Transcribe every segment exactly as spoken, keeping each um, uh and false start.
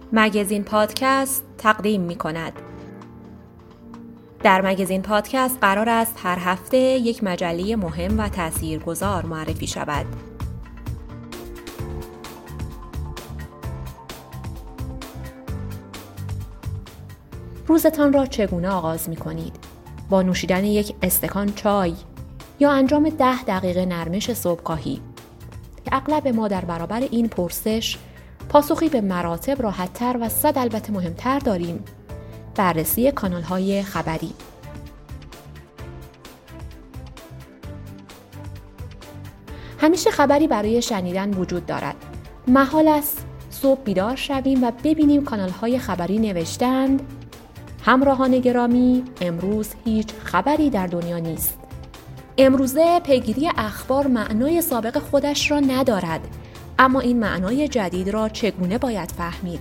مگزین پادکست تقدیم می کند. در مگزین پادکست قرار است هر هفته یک مجله مهم و تاثیرگذار معرفی شود. روزتان را چگونه آغاز می کنید؟ با نوشیدن یک استکان چای یا انجام ده دقیقه نرمش صبحگاهی؟ که اغلب ما در برابر این پرسش پاسخی به مراتب راحت‌تر و صد البته مهمتر داریم: بررسی کانال‌های خبری. همیشه خبری برای شنیدن وجود دارد. محال است صبح بیدار شویم و ببینیم کانال‌های خبری نوشتند: همراهان گرامی، امروز هیچ خبری در دنیا نیست. امروزه پیگیری اخبار معنای سابق خودش را ندارد، اما این معنای جدید را چگونه باید فهمید؟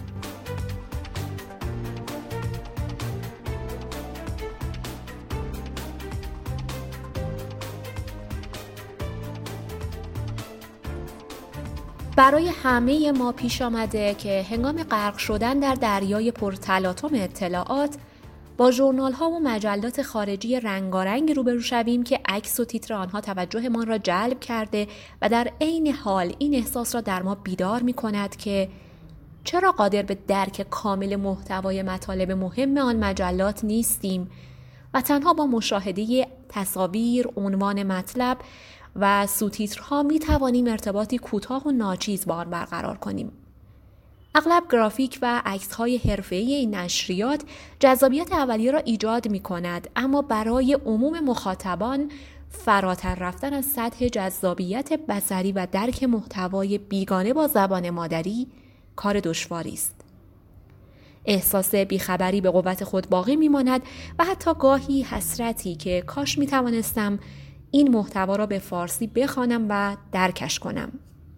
برای همه ما پیش آمده که هنگام غرق شدن در دریای پرتلاطم اطلاعات با ژورنال‌ها و مجلات خارجی رنگارنگ روبرو شویم که عکس و تیتر آنها توجهمان را جلب کرده و در عین حال این احساس را در ما بیدار می‌کند که چرا قادر به درک کامل محتوای مطالب مهم آن مجلات نیستیم و تنها با مشاهده تصاویر، عنوان مطلب و سوتیترها می‌توانیم ارتباطی کوتاه و ناچیز با آن برقرار کنیم. اغلب گرافیک و عکس‌های حرفه‌ای این نشریات جذابیت اولیه را ایجاد می‌کند، اما برای عموم مخاطبان فراتر رفتن از سطح جذابیت بصری و درک محتوای بیگانه با زبان مادری کار دشواری است. احساس بیخبری به قوت خود باقی می‌ماند و حتی گاهی حسرتی که کاش می‌توانستم این محتوا را به فارسی بخوانم و درکش کنم.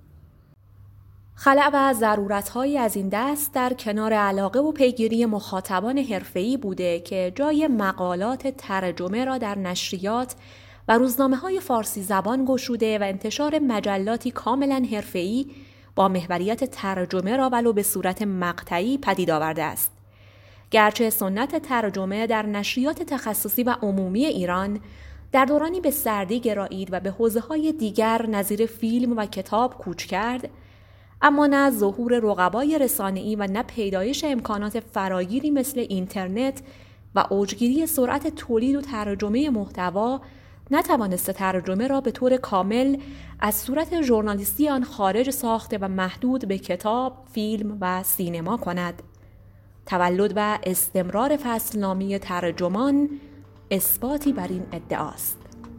خلأ و ضرورت‌هایی از این دست در کنار علاقه و پیگیری مخاطبان حرفه‌ای بوده که جای مقالات ترجمه را در نشریات و روزنامه‌های فارسی زبان گشوده و انتشار مجلاتی کاملاً حرفه‌ای با محوریت ترجمه را ولو به صورت مقطعی پدید آورده است. گرچه سنت ترجمه در نشریات تخصصی و عمومی ایران در دورانی به سردی گرایید و به حوزه‌های دیگر نظیر فیلم و کتاب کوچ کرد، اما نه ظهور رقبای رسانه‌ای و نه پیدایش امکانات فراگیری مثل اینترنت و اوجگیری سرعت تولید و ترجمه محتوا نتوانسته ترجمه را به طور کامل از صورت ژورنالیستی آن خارج ساخته و محدود به کتاب، فیلم و سینما کند. تولد و استمرار فصلنامه ترجمان اثباتی بر این ادعاست.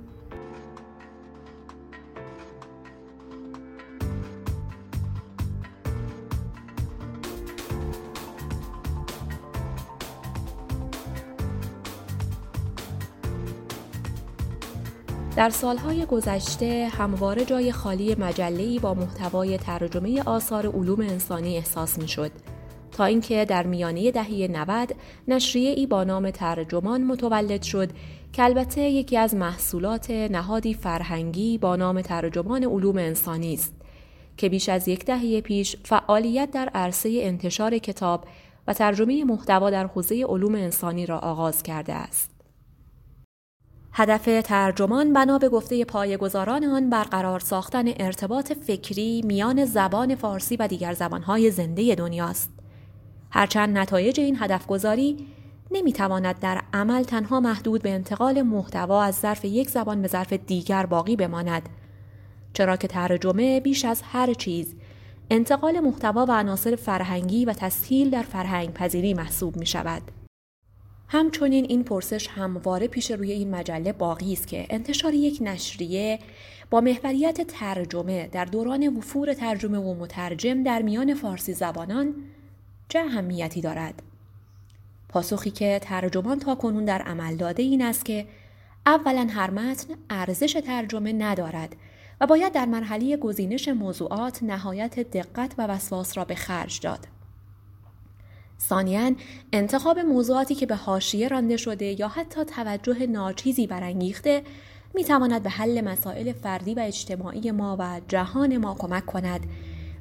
در سالهای گذشته همواره جای خالی مجله‌ای با محتوای ترجمه آثار علوم انسانی احساس می‌شد، تا اینکه در میانه دهه نود نشریه‌ای با نام ترجمان متولد شد که البته یکی از محصولات نهادی فرهنگی با نام ترجمان علوم انسانی است که بیش از یک دهه پیش فعالیت در عرصه انتشار کتاب و ترجمه محتوا در حوزه علوم انسانی را آغاز کرده است. هدف ترجمان بنا به گفته پایه‌گذاران آن برقرار ساختن ارتباط فکری میان زبان فارسی و دیگر زبان‌های زنده دنیاست. هرچند نتایج این هدفگذاری نمی‌تواند در عمل تنها محدود به انتقال محتوا از ظرف یک زبان به ظرف دیگر باقی بماند، چرا که ترجمه بیش از هر چیز انتقال محتوا و عناصر فرهنگی و تسهیل در فرهنگ پذیری محسوب می‌شود. همچنین این پرسش همواره پیش روی این مجله باقی است که انتشار یک نشریه با محوریت ترجمه در دوران وفور ترجمه و مترجم در میان فارسی زبانان چه اهمیتی دارد؟ پاسخی که ترجمان تا کنون در عمل داده این است که اولا هر متن ارزش ترجمه ندارد و باید در مرحله گزینش موضوعات نهایت دقت و وسواس را به خرج داد. ثانیاً انتخاب موضوعاتی که به حاشیه رانده شده یا حتی توجه ناچیزی برانگیخته میتواند به حل مسائل فردی و اجتماعی ما و جهان ما کمک کند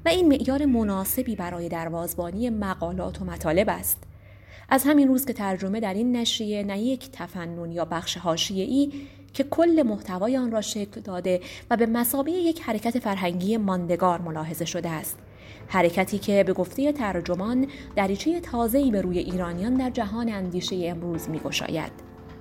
و این معیار مناسبی برای دروازبانی مقالات و مطالب است. از همین روز که ترجمه در این نشریه نه یک تفنن یا بخش حاشیه‌ای که کل محتوای آن را شکل داده و به مثابه یک حرکت فرهنگی ماندگار ملاحظه شده است. حرکتی که به گفته ترجمان دریچه تازه‌ای به روی ایرانیان در جهان اندیشه امروز می‌گشاید.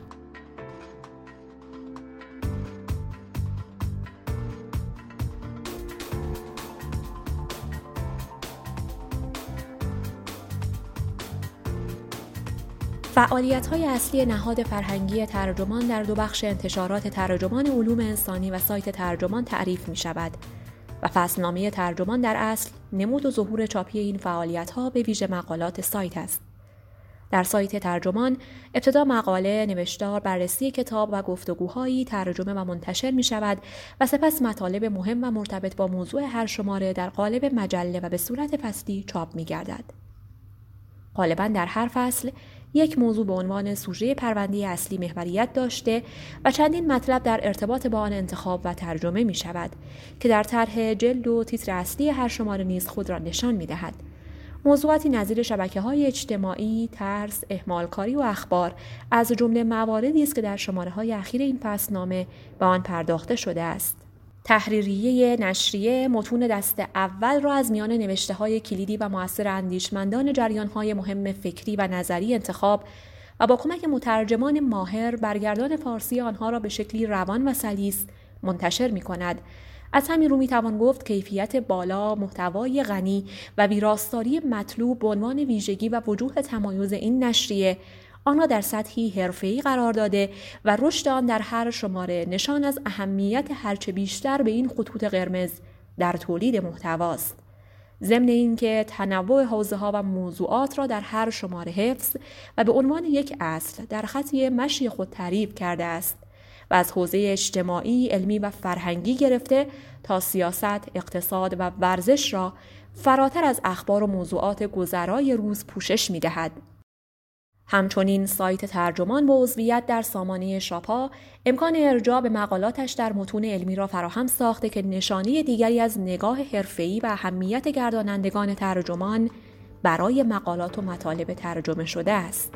فعالیت‌های اصلی نهاد فرهنگی ترجمان در دو بخش انتشارات ترجمان علوم انسانی و سایت ترجمان تعریف می‌شود و فصلنامه ترجمان در اصل نمود و ظهور چاپی این فعالیت‌ها به ویژه مقالات سایت است. در سایت ترجمان ابتدا مقاله، نوشتار، بررسی کتاب و گفتگوهایی ترجمه و منتشر می‌شود و سپس مطالب مهم و مرتبط با موضوع هر شماره در قالب مجله و به صورت فصلی چاپ می‌گردد. غالباً در هر فصل یک موضوع به عنوان سوژه پرونده اصلی محوریت داشته و چندین مطلب در ارتباط با آن انتخاب و ترجمه می شود که در طرح جلد و تیتر اصلی هر شماره نیز خود را نشان می دهد. موضوعاتی نظیر شبکه‌های اجتماعی، ترس، اهمالکاری و اخبار از جمله مواردی است که در شماره‌های اخیر این فصلنامه به آن پرداخته شده است. تحریریه نشریه متون دست اول را از میان نوشته‌های کلیدی و مؤثر اندیشمندان جریان‌های مهم فکری و نظری انتخاب و با کمک مترجمان ماهر برگردان فارسی آنها را به شکلی روان و سلیس منتشر می‌کند. از همین رو می‌توان گفت کیفیت بالا، محتوای غنی و ویراستاری مطلوب به عنوان ویژگی و وجوه تمایز این نشریه آن را در سطحی حرفه‌ای قرار داده و رشد آن در هر شماره نشان از اهمیت هرچه بیشتر به این خطوط قرمز در تولید محتواست. ضمن اینکه تنوع حوزه‌ها و موضوعات را در هر شماره حفظ و به عنوان یک اصل در خطی مشی خود تعریف کرده است و از حوزه اجتماعی، علمی و فرهنگی گرفته تا سیاست، اقتصاد و ورزش را فراتر از اخبار و موضوعات گذرای روز پوشش می‌دهد. همچنین سایت ترجمان با عضویت در سامانه شاپا امکان ارجاع به مقالاتش در متون علمی را فراهم ساخته که نشانه دیگری از نگاه حرفه‌ای و اهمیت گردانندگان ترجمان برای مقالات و مطالب ترجمه شده است.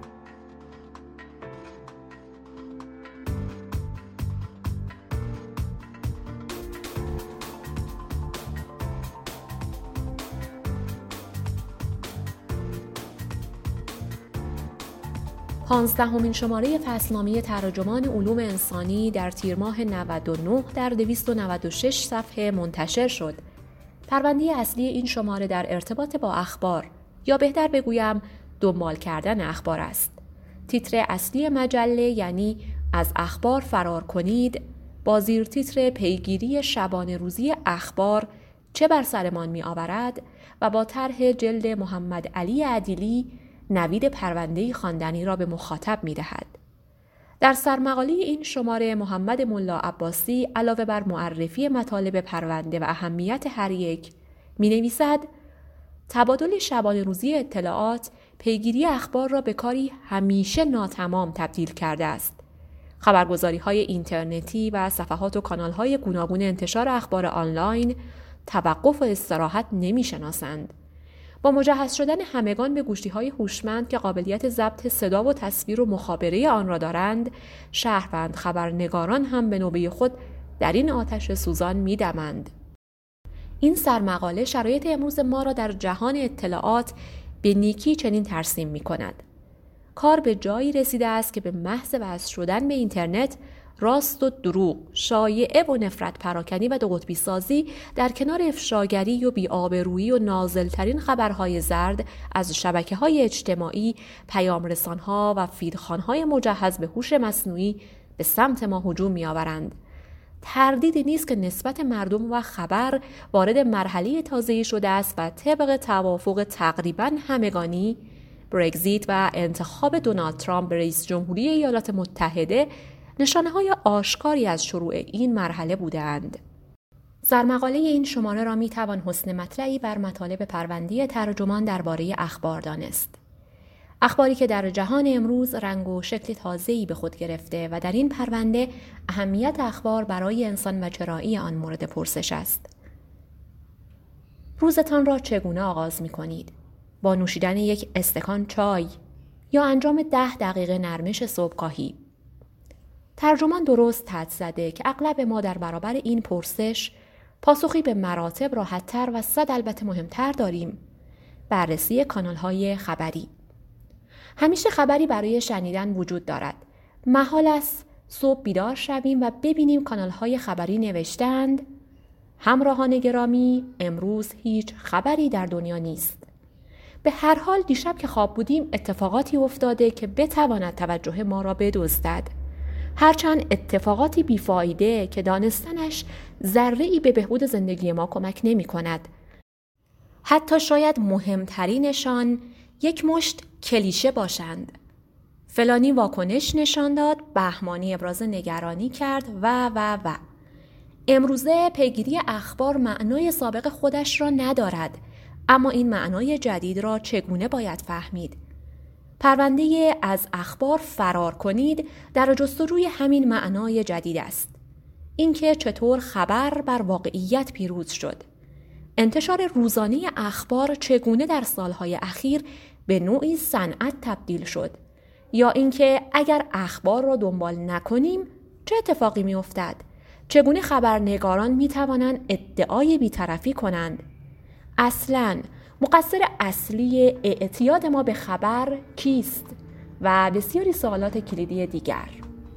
پانزدهمین شماره فصلنامه ترجمان علوم انسانی در تیر ماه نود و نه در دویست و نود و شش صفحه منتشر شد. پرونده اصلی این شماره در ارتباط با اخبار یا بهتر بگویم دنبال کردن اخبار است. تیتر اصلی مجله یعنی از اخبار فرار کنید با زیر تیتر پیگیری شبانه روزی اخبار چه بر سرمان می آورد و با طرح جلد محمد علی عدیلی نوید پرونده‌ای خواندنی را به مخاطب می‌دهد. در سرمقاله این شماره محمد ملا عباسی علاوه بر معرفی مطالب پرونده و اهمیت هر یک می‌نویسد تبادل شبانه روزی اطلاعات پیگیری اخبار را به کاری همیشه ناتمام تبدیل کرده است. خبرگزاری‌های اینترنتی و صفحات و کانال‌های گوناگون انتشار اخبار آنلاین توقف و استراحت نمی‌شناسند. با مجهز شدن همگان به گوشی‌های هوشمند که قابلیت ضبط صدا و تصویر و مخابره آن را دارند، شهروند خبرنگاران هم به نوبه خود در این آتش سوزان می‌دمند. این سرمقاله شرایط امروز ما را در جهان اطلاعات به نیکی چنین ترسیم می‌کند. کار به جایی رسیده است که به محض وصل شدن به اینترنت راست و دروغ، شایعه و نفرت پراکنی و دو قطبی سازی در کنار افشاگری و بی‌آبرویی و نازلترین خبرهای زرد از شبکه‌های اجتماعی، پیامرسان‌ها و فیدخوان‌های مجهز به هوش مصنوعی به سمت ما هجوم می‌آورند. تردیدی نیست که نسبت مردم و خبر وارد مرحله تازه‌ای شده است و طبق توافق تقریباً همگانی، برگزیت و انتخاب دونالد ترامپ به رئیس جمهوری ایالات متحده نشانه‌های آشکاری از شروع این مرحله بودند. سرمقاله این شماره را می‌توان حسن مطلعی بر مطالب پرونده ترجمان درباره اخبار دانست. اخباری که در جهان امروز رنگ و شکل تازه‌ای به خود گرفته و در این پرونده اهمیت اخبار برای انسان و چرایی آن مورد پرسش است. روزتان را چگونه آغاز می کنید؟ با نوشیدن یک استکان چای یا انجام ده دقیقه نرمش صبحگاهی؟ ترجمان درست حدس زده که اغلب ما در برابر این پرسش پاسخی به مراتب راحت‌تر و صد البته مهمتر داریم: بررسی کانال‌های خبری. همیشه خبری برای شنیدن وجود دارد. محال است صبح بیدار شویم و ببینیم کانال‌های خبری نوشتند: همراهان گرامی، امروز هیچ خبری در دنیا نیست. به هر حال دیشب که خواب بودیم اتفاقاتی افتاده که بتواند توجه ما را بدزدد. هرچند اتفاقاتی بیفایده که دانستنش ذره‌ای به بهبود زندگی ما کمک نمی کند. حتی شاید مهمترینشان یک مشت کلیشه باشند. فلانی واکنش نشان داد، بهمانی ابراز نگرانی کرد و و و. امروزه پیگیری اخبار معنای سابق خودش را ندارد، اما این معنای جدید را چگونه باید فهمید؟ پرونده از اخبار فرار کنید در جستجوی همین معنای جدید است. اینکه چطور خبر بر واقعیت پیروز شد. انتشار روزانه اخبار چگونه در سالهای اخیر به نوعی صنعت تبدیل شد. یا اینکه اگر اخبار را دنبال نکنیم چه اتفاقی می افتد؟ چگونه خبرنگاران می توانند ادعای بی‌طرفی کنند؟ اصلاً مقصر اصلی اعتیاد ما به خبر کیست؟ و بسیاری سوالات کلیدی دیگر.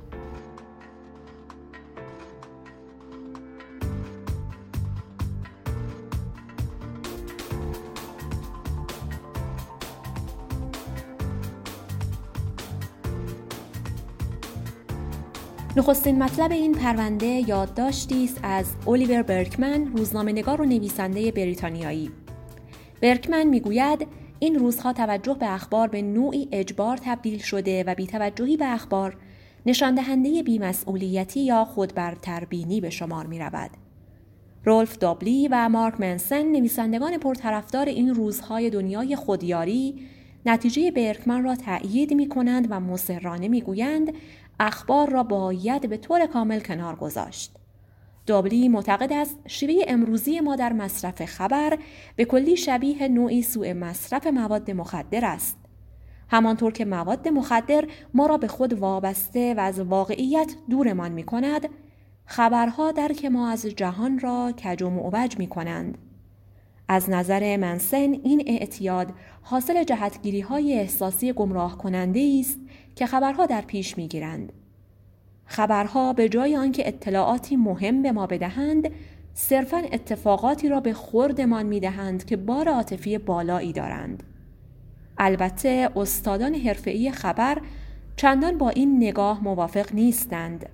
نخستین مطلب این پرونده یادداشتی است از الیور برکمن، روزنامه‌نگار و نویسنده بریتانیایی. برکمن میگوید این روزها توجه به اخبار به نوعی اجبار تبدیل شده و بی‌توجهی به اخبار نشان دهنده بی‌مسئولیتی یا خودبرتربینی به شمار می رود. رولف دابلی و مارک منسن، نویسندگان پرطرفدار این روزهای دنیای خودیاری، نتیجه برکمن را تأیید می کنند و مصرانه می گویند اخبار را باید به طور کامل کنار گذاشت. دابلی معتقد است شیوه امروزی ما در مصرف خبر به کلی شبیه نوعی سوء مصرف مواد مخدر است. همانطور که مواد مخدر ما را به خود وابسته و از واقعیت دورمان می کند، خبرها درک ما از جهان را کج و معوج می کنند. از نظر منسن این اعتیاد حاصل جهتگیری های احساسی گمراه کننده است که خبرها در پیش می گیرند. خبرها به جای آنکه اطلاعاتی مهم به ما بدهند، صرفاً اتفاقاتی را به خوردمان می‌دهند که بار عاطفی بالایی دارند. البته استادان حرفه‌ای خبر چندان با این نگاه موافق نیستند.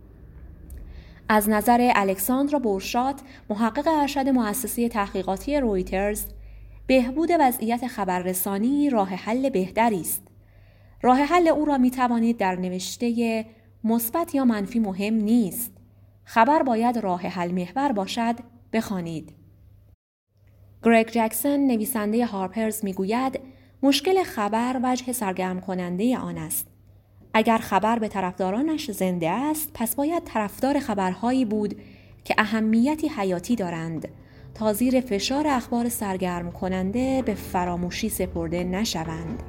از نظر الکساندرا بورشات، محقق ارشد مؤسسه تحقیقاتی رویترز، بهبود وضعیت خبررسانی راه حل بهتری است. راه حل او را می‌توانید در نوشته مثبت یا منفی مهم نیست. خبر باید راه حل محور باشد، بخوانید. گرگ جکسون، نویسنده هارپرز، میگوید مشکل خبر وجه سرگرم کننده آن است. اگر خبر به طرفدارانش زنده است، پس باید طرفدار خبرهایی بود که اهمیتی حیاتی دارند تا زیر فشار اخبار سرگرم کننده به فراموشی سپرده نشوند.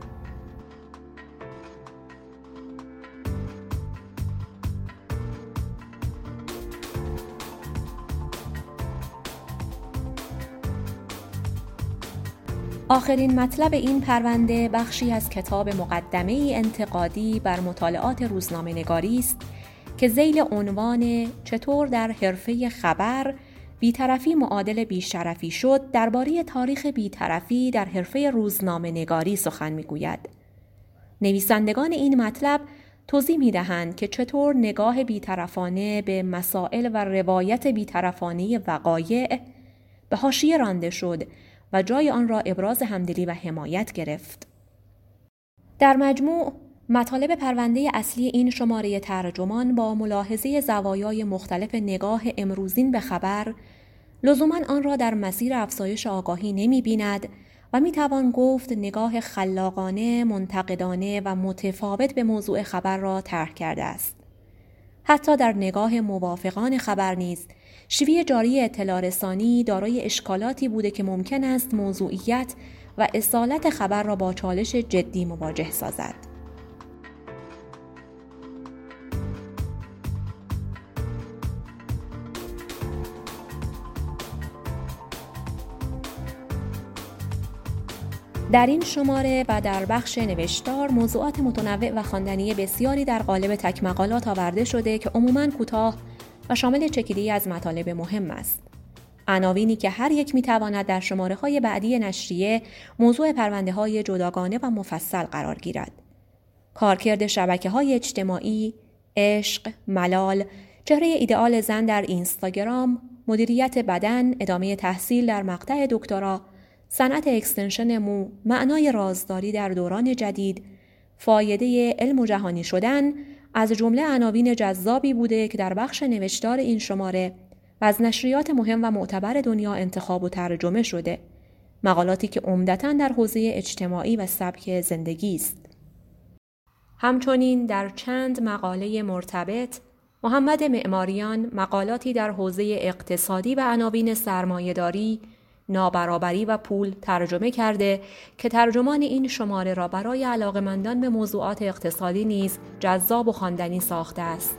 آخرین مطلب این پرونده بخشی از کتاب مقدمه انتقادی بر مطالعات روزنامه‌نگاری است که ذیل عنوان چطور در حرفه خبر بی‌طرفی معادل بی‌شرفی شد درباره تاریخ بی‌طرفی در حرفه روزنامه‌نگاری سخن می‌گوید. نویسندگان این مطلب توضیح می‌دهند که چطور نگاه بی‌طرفانه به مسائل و روایت بی‌طرفانه وقایع به حاشیه رانده شد و جای آن را ابراز همدلی و حمایت گرفت. در مجموع، مطالب پرونده اصلی این شماره ترجمان با ملاحظه زوایای مختلف نگاه امروزین به خبر، لزوماً آن را در مسیر افزایش آگاهی نمی بیند و می توان گفت نگاه خلاقانه، منتقدانه و متفاوت به موضوع خبر را طرح کرده است. حتی در نگاه موافقان خبر نیز شیوه جاری اطلاع رسانی دارای اشکالاتی بوده که ممکن است موضوعیت و اصالت خبر را با چالش جدی مواجه سازد. در این شماره و در بخش نوشتار موضوعات متنوع و خواندنی بسیاری در قالب تک مقالات آورده شده که عموماً کوتاه و شامل چکیده‌ای از مطالب مهم است. عناوینی که هر یک می‌تواند در شماره‌های بعدی نشریه موضوع پرونده‌های جداگانه و مفصل قرار گیرد. کارکرد شبکه‌های اجتماعی، عشق، ملال، چهره ایدئال زن در اینستاگرام، مدیریت بدن، ادامه تحصیل در مقطع دکترا، صنعت اکستنشن مو، معنای رازداری در دوران جدید، فایده علم و جهانی شدن از جمله عناوین جذابی بوده که در بخش نوشتار این شماره و از نشریات مهم و معتبر دنیا انتخاب و ترجمه شده. مقالاتی که عمدتاً در حوزه اجتماعی و سبک زندگی است. همچنین در چند مقاله مرتبط، محمد معماریان مقالاتی در حوزه اقتصادی و عناوین سرمایه‌داری، نابرابری و پول ترجمه کرده که ترجمان این شماره را برای علاقه‌مندان به موضوعات اقتصادی نیز جذاب و خواندنی ساخته است.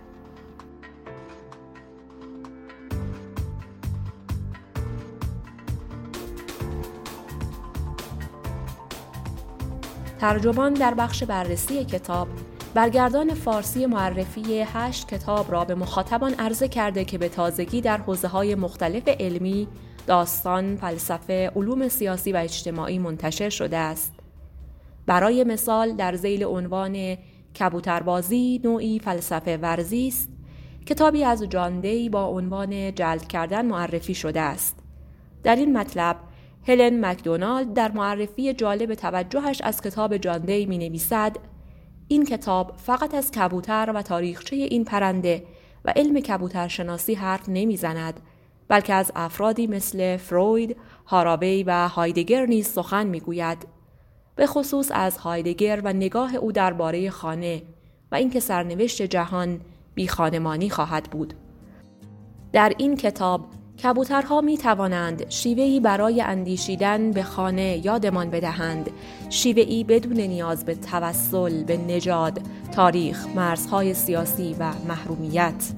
ترجمان در بخش بررسی کتاب برگردان فارسی معرفی هشت کتاب را به مخاطبان عرضه کرده که به تازگی در حوزه‌های مختلف علمی، داستان، فلسفه، علوم سیاسی و اجتماعی منتشر شده است. برای مثال در ذیل عنوان کبوتربازی نوعی فلسفه ورزی است، کتابی از جان دی با عنوان جلد کردن معرفی شده است. در این مطلب هلن مکدونالد در معرفی جالب توجهش از کتاب جان دی می نویسد: این کتاب فقط از کبوتر و تاریخچه این پرنده و علم کبوترشناسی حرف نمی زند، بلکه از افرادی مثل فروید، هاراوی و هایدگر نیز سخن می گوید. به خصوص از هایدگر و نگاه او درباره خانه و اینکه سرنوشت جهان بی خانمانی خواهد بود. در این کتاب کبوترها می توانند شیوهی برای اندیشیدن به خانه یادمان بدهند، شیوهی بدون نیاز به توسل به نژاد، تاریخ، مرزهای سیاسی و محرومیت.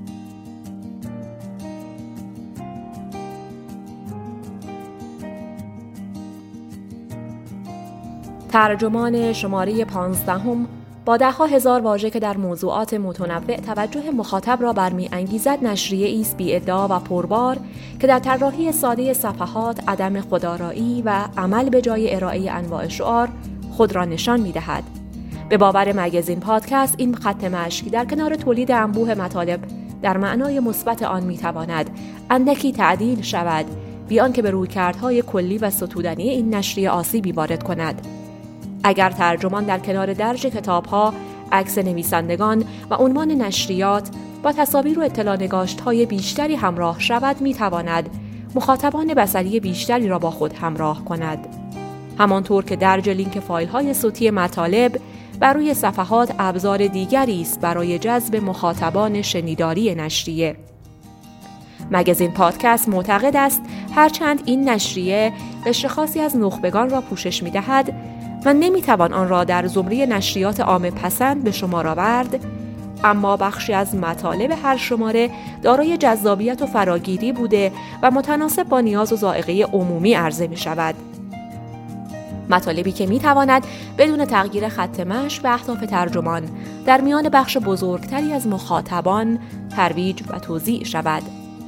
ترجمان شماره پانزدهم با ده ها هزار واژه که در موضوعات متنوع توجه مخاطب را برمی‌انگیزد نشریه است بی ادعا و پربار که در طراحی ساده صفحات عدم خودآرایی و عمل به جای ارائه انواع شعار خود را نشان می‌دهد. به باور مگزین پادکست این خط مشی در کنار تولید انبوه مطالب در معنای مثبت آن می‌تواند اندکی تعدیل شود بی آنکه به رویکردهای کلی و ستودنی این نشریه آسیبی وارد کند. اگر ترجمان در کنار درج کتاب‌ها، عکس نویسندگان و عنوان نشریات با تصاویر و اطلاع نگاشت‌های بیشتری همراه شود، می‌تواند مخاطبان بصری بیشتری را با خود همراه کند. همانطور که درج لینک فایل‌های صوتی مطالب بر روی صفحات ابزار دیگری است برای جذب مخاطبان شنیداری نشریه. مگزین پادکست معتقد است هرچند این نشریه قشر خاصی از نخبگان را پوشش می‌دهد و نمیتوان آن را در زمره نشریات عامه پسند به شمار آورد، اما بخشی از مطالب هر شماره دارای جذابیت و فراگیری بوده و متناسب با نیاز و ذائقه عمومی عرضه می شود. مطالبی که می تواند بدون تغییر خط مشی به اهداف ترجمان در میان بخش بزرگتری از مخاطبان ترویج و توزیع شود.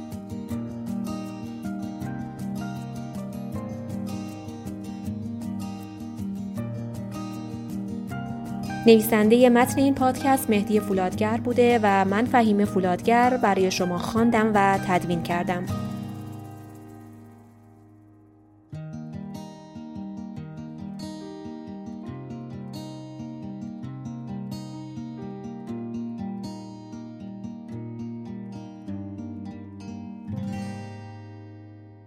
نویسنده متن این پادکست مهدی فولادگر بوده و من فهیم فولادگر برای شما خواندم و تدوین کردم.